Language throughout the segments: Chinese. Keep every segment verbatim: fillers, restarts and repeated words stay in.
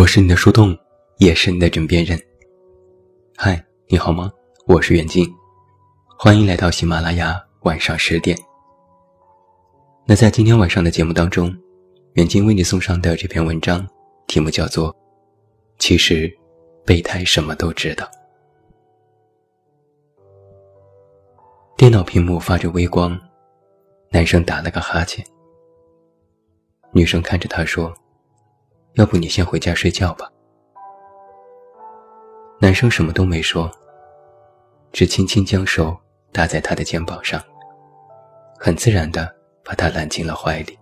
我是你的树洞，也是你的枕边人。嗨，你好吗？我是远近，欢迎来到喜马拉雅晚上十点。那在今天晚上的节目当中，远近为你送上的这篇文章题目叫做其实备胎什么都知道。电脑屏幕发着微光，男生打了个哈欠。女生看着他说，要不你先回家睡觉吧。男生什么都没说，只轻轻将手搭在他的肩膀上，很自然地把他揽进了怀里。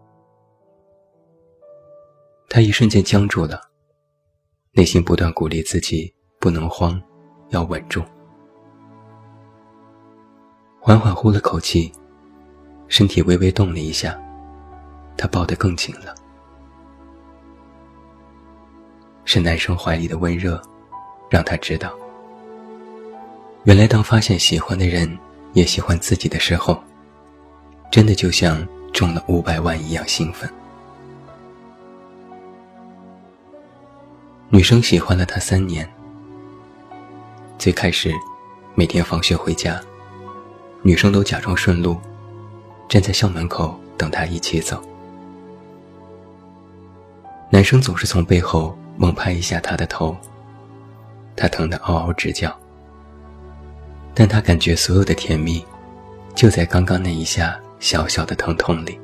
他一瞬间僵住了，内心不断鼓励自己不能慌，要稳住。缓缓呼了口气，身体微微动了一下，他抱得更紧了。是男生怀里的温热让他知道，原来当发现喜欢的人也喜欢自己的时候，真的就像中了五百万一样兴奋。女生喜欢了他三年，最开始每天放学回家，女生都假装顺路，站在校门口等他一起走。男生总是从背后猛拍一下她的头，她疼得嗷嗷直叫，但她感觉所有的甜蜜就在刚刚那一下小小的疼痛里。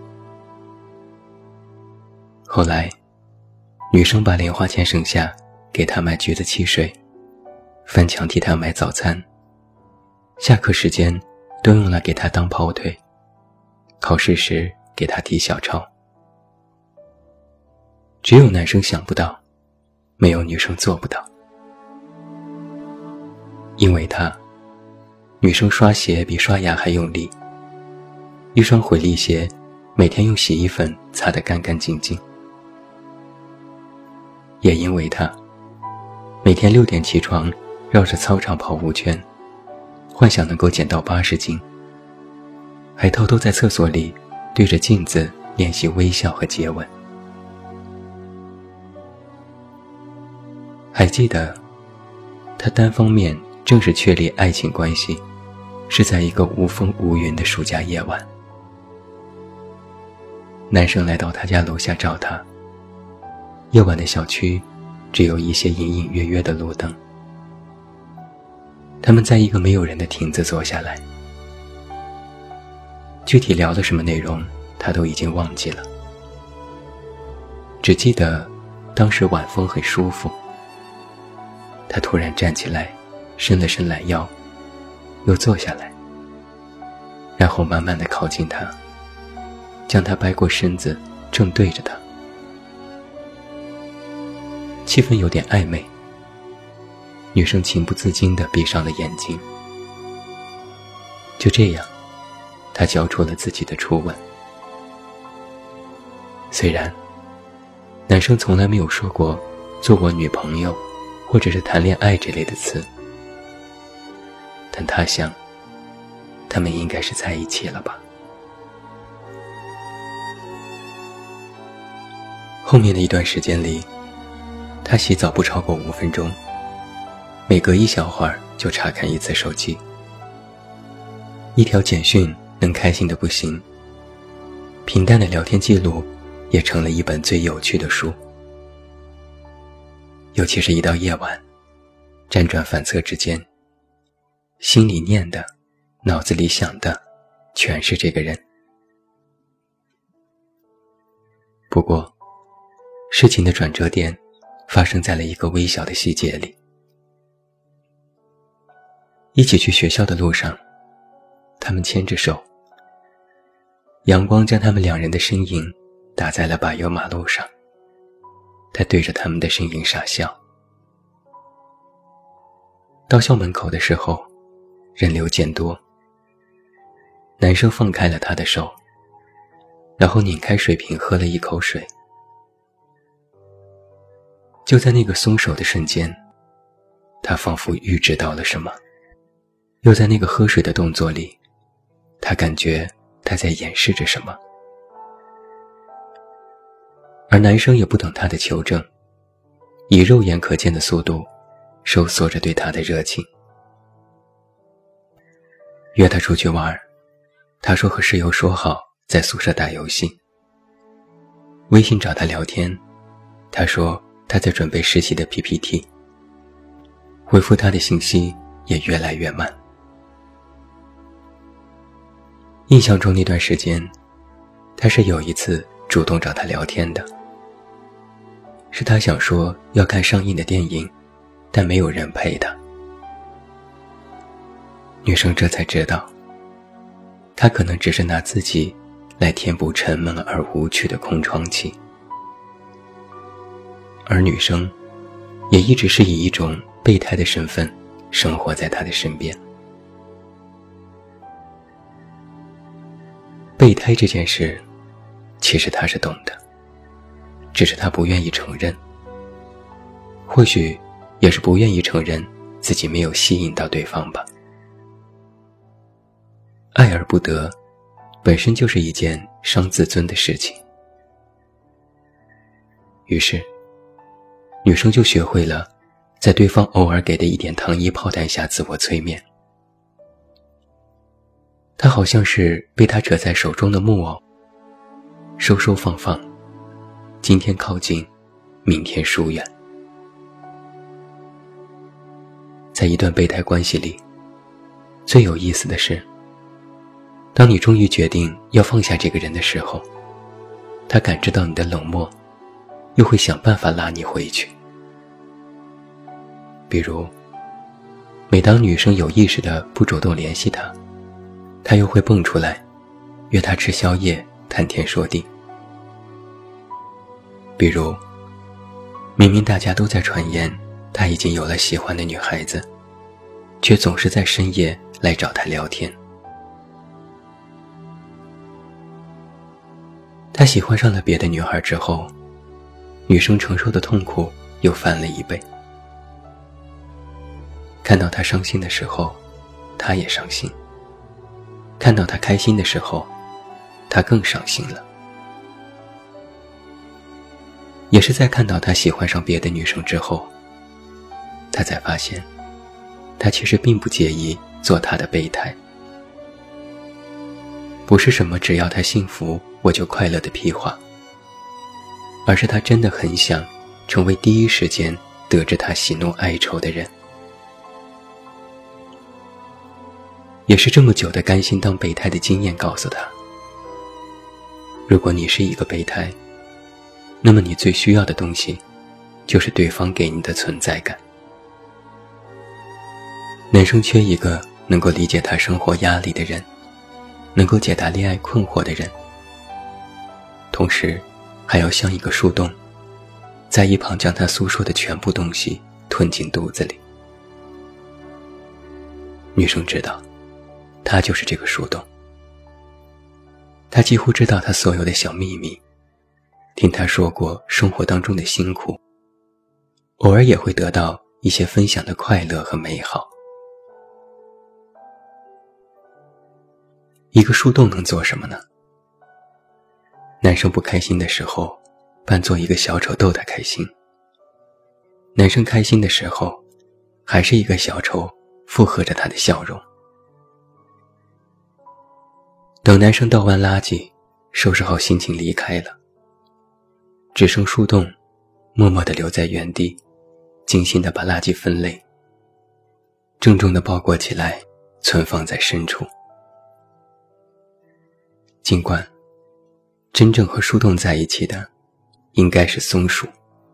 后来女生把零花钱省下给他买橘子汽水，翻墙替他买早餐，下课时间都用来给他当跑腿，考试时给他提小抄。只有男生想不到，没有女生做不到。因为他，女生刷鞋比刷牙还用力，一双回力鞋每天用洗衣粉擦得干干净净。也因为他，每天六点起床，绕着操场跑五圈，幻想能够减到八十斤，还偷偷在厕所里对着镜子练习微笑和接吻。还记得他单方面正式确立爱情关系是在一个无风无云的暑假夜晚。男生来到他家楼下找他，夜晚的小区只有一些隐隐约约的路灯。他们在一个没有人的亭子坐下来，具体聊了什么内容他都已经忘记了，只记得当时晚风很舒服。他突然站起来，伸了伸懒腰，又坐下来，然后慢慢地靠近他，将他掰过身子，正对着他。气氛有点暧昧，女生情不自禁地闭上了眼睛。就这样，他交出了自己的初吻。虽然男生从来没有说过做我女朋友或者是谈恋爱这类的词，但他想他们应该是在一起了吧。后面的一段时间里，他洗澡不超过五分钟，每隔一小会儿就查看一次手机，一条简讯能开心的不行，平淡的聊天记录也成了一本最有趣的书。尤其是一到夜晚，辗转反侧之间，心里念的，脑子里想的，全是这个人。不过，事情的转折点发生在了一个微小的细节里。一起去学校的路上，他们牵着手，阳光将他们两人的身影打在了柏油马路上。他对着他们的身影傻笑。到校门口的时候，人流渐多，男生放开了他的手，然后拧开水瓶喝了一口水。就在那个松手的瞬间，他仿佛预知到了什么，又在那个喝水的动作里，他感觉他在掩饰着什么。而男生也不等他的求证， 以肉眼可见的速度收缩着对他的热情。约他出去玩，他说和室友说好在宿舍打游戏。微信找他聊天，他说他在准备实习的 P P T。 回复他的信息也越来越慢。印象中那段时间，他是有一次主动找他聊天的，是他想说要看上映的电影，但没有人陪他。女生这才知道，他可能只是拿自己来填补沉闷而无趣的空窗期，而女生也一直是以一种备胎的身份生活在他的身边。备胎这件事，其实他是懂的，只是他不愿意承认，或许也是不愿意承认自己没有吸引到对方吧。爱而不得，本身就是一件伤自尊的事情。于是，女生就学会了在对方偶尔给的一点糖衣炮弹下自我催眠。她好像是被他扯在手中的木偶，收收放放，今天靠近，明天疏远。在一段备胎关系里，最有意思的是，当你终于决定要放下这个人的时候，他感知到你的冷漠，又会想办法拉你回去。比如，每当女生有意识地不主动联系他，他又会蹦出来，约她吃宵夜，谈天说地。比如，明明大家都在传言他已经有了喜欢的女孩子，却总是在深夜来找他聊天。他喜欢上了别的女孩之后，女生承受的痛苦又翻了一倍。看到他伤心的时候，他也伤心；看到他开心的时候，他更伤心了。也是在看到他喜欢上别的女生之后，他才发现，他其实并不介意做他的备胎。不是什么只要他幸福我就快乐的屁话，而是他真的很想成为第一时间得知他喜怒哀愁的人。也是这么久的甘心当备胎的经验告诉他，如果你是一个备胎，那么你最需要的东西就是对方给你的存在感。男生缺一个能够理解他生活压力的人，能够解答恋爱困惑的人，同时还要像一个树洞，在一旁将他诉说的全部东西吞进肚子里。女生知道，他就是这个树洞。他几乎知道他所有的小秘密，听他说过生活当中的辛苦，偶尔也会得到一些分享的快乐和美好。一个树洞能做什么呢？男生不开心的时候，扮作一个小丑逗他开心；男生开心的时候，还是一个小丑附和着他的笑容。等男生倒完垃圾，收拾好心情离开了，只剩树洞默默地留在原地，精心地把垃圾分类，郑重地包裹起来，存放在深处。尽管真正和树洞在一起的应该是松鼠，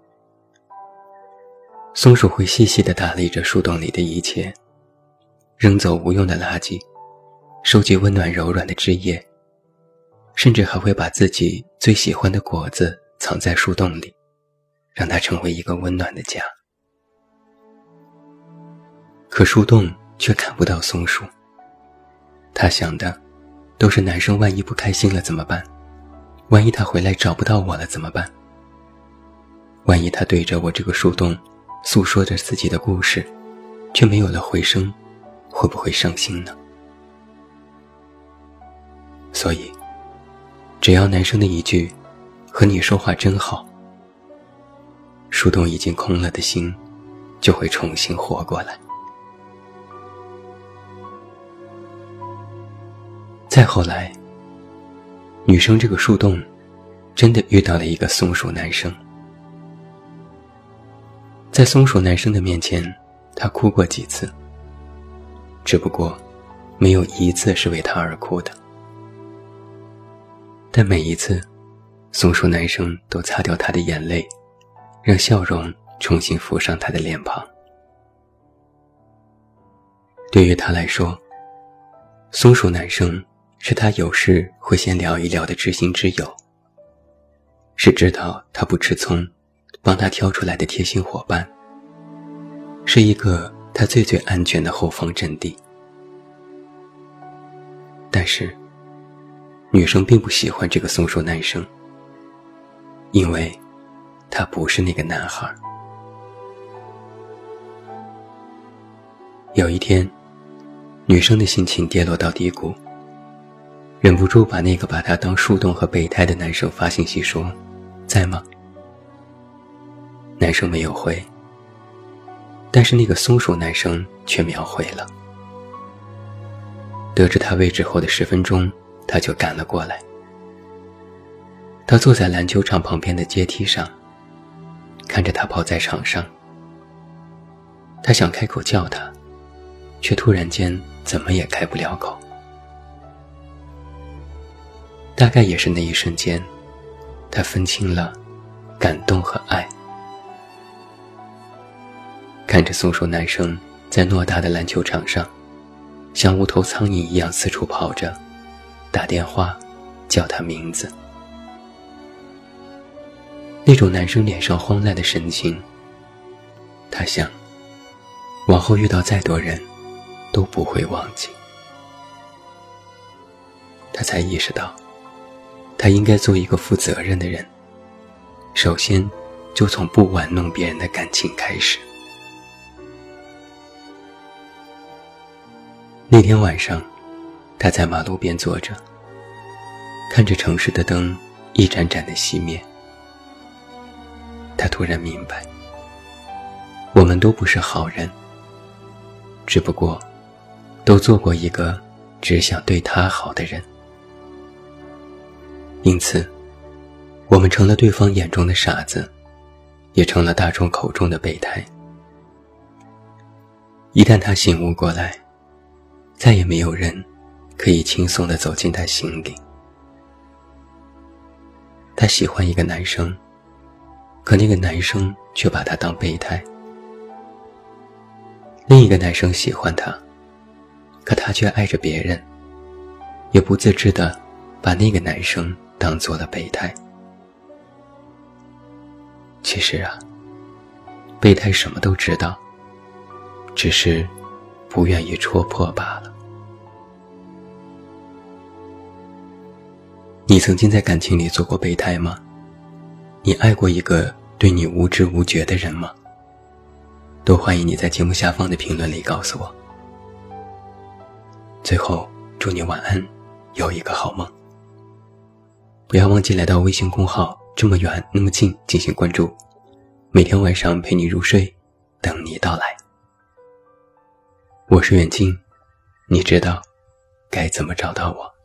松鼠会细细地打理着树洞里的一切，扔走无用的垃圾，收集温暖柔软的枝叶，甚至还会把自己最喜欢的果子藏在树洞里，让它成为一个温暖的家。可树洞却看不到松鼠，他想的都是男生万一不开心了怎么办？万一他回来找不到我了怎么办？万一他对着我这个树洞诉说着自己的故事，却没有了回声，会不会伤心呢？所以，只要男生的一句“和你说话真好”， 树洞已经空了的心就会重新活过来。再后来，女生这个树洞真的遇到了一个松鼠男生。在松鼠男生的面前，她哭过几次，只不过没有一次是为他而哭的。但每一次，松鼠男生都擦掉她的眼泪，让笑容重新浮上她的脸庞。对于她来说，松鼠男生是她有事会先聊一聊的知心之友，是知道她不吃葱，帮她挑出来的贴心伙伴，是一个她最最安全的后方阵地。但是，女生并不喜欢这个松鼠男生，因为他不是那个男孩。有一天，女生的心情跌落到低谷，忍不住把那个把她当树洞和备胎的男生发信息说：在吗？男生没有回，但是那个松鼠男生却秒回了。得知他位置后的十分钟，他就赶了过来。他坐在篮球场旁边的阶梯上，看着他跑在场上。他想开口叫他，却突然间怎么也开不了口。大概也是那一瞬间，他分清了感动和爱。看着松鼠男生在偌大的篮球场上像无头苍蝇一样四处跑着，打电话叫他名字，那种男生脸上慌乱的神情，他想往后遇到再多人都不会忘记。他才意识到他应该做一个负责任的人，首先就从不玩弄别人的感情开始。那天晚上，他在马路边坐着，看着城市的灯一盏盏的熄灭。他突然明白，我们都不是好人，只不过都做过一个只想对他好的人。因此，我们成了对方眼中的傻子，也成了大众口中的备胎。一旦他醒悟过来，再也没有人可以轻松地走进他心里。他喜欢一个男生，可那个男生却把他当备胎。另一个男生喜欢他，可他却爱着别人，也不自知地把那个男生当做了备胎。其实啊，备胎什么都知道，只是不愿意戳破罢了。你曾经在感情里做过备胎吗？你爱过一个对你无知无觉的人吗？都欢迎你在节目下方的评论里告诉我。最后，祝你晚安，有一个好梦。不要忘记来到微信公号这么远那么近进行关注，每天晚上陪你入睡，等你到来。我是远近，你知道该怎么找到我。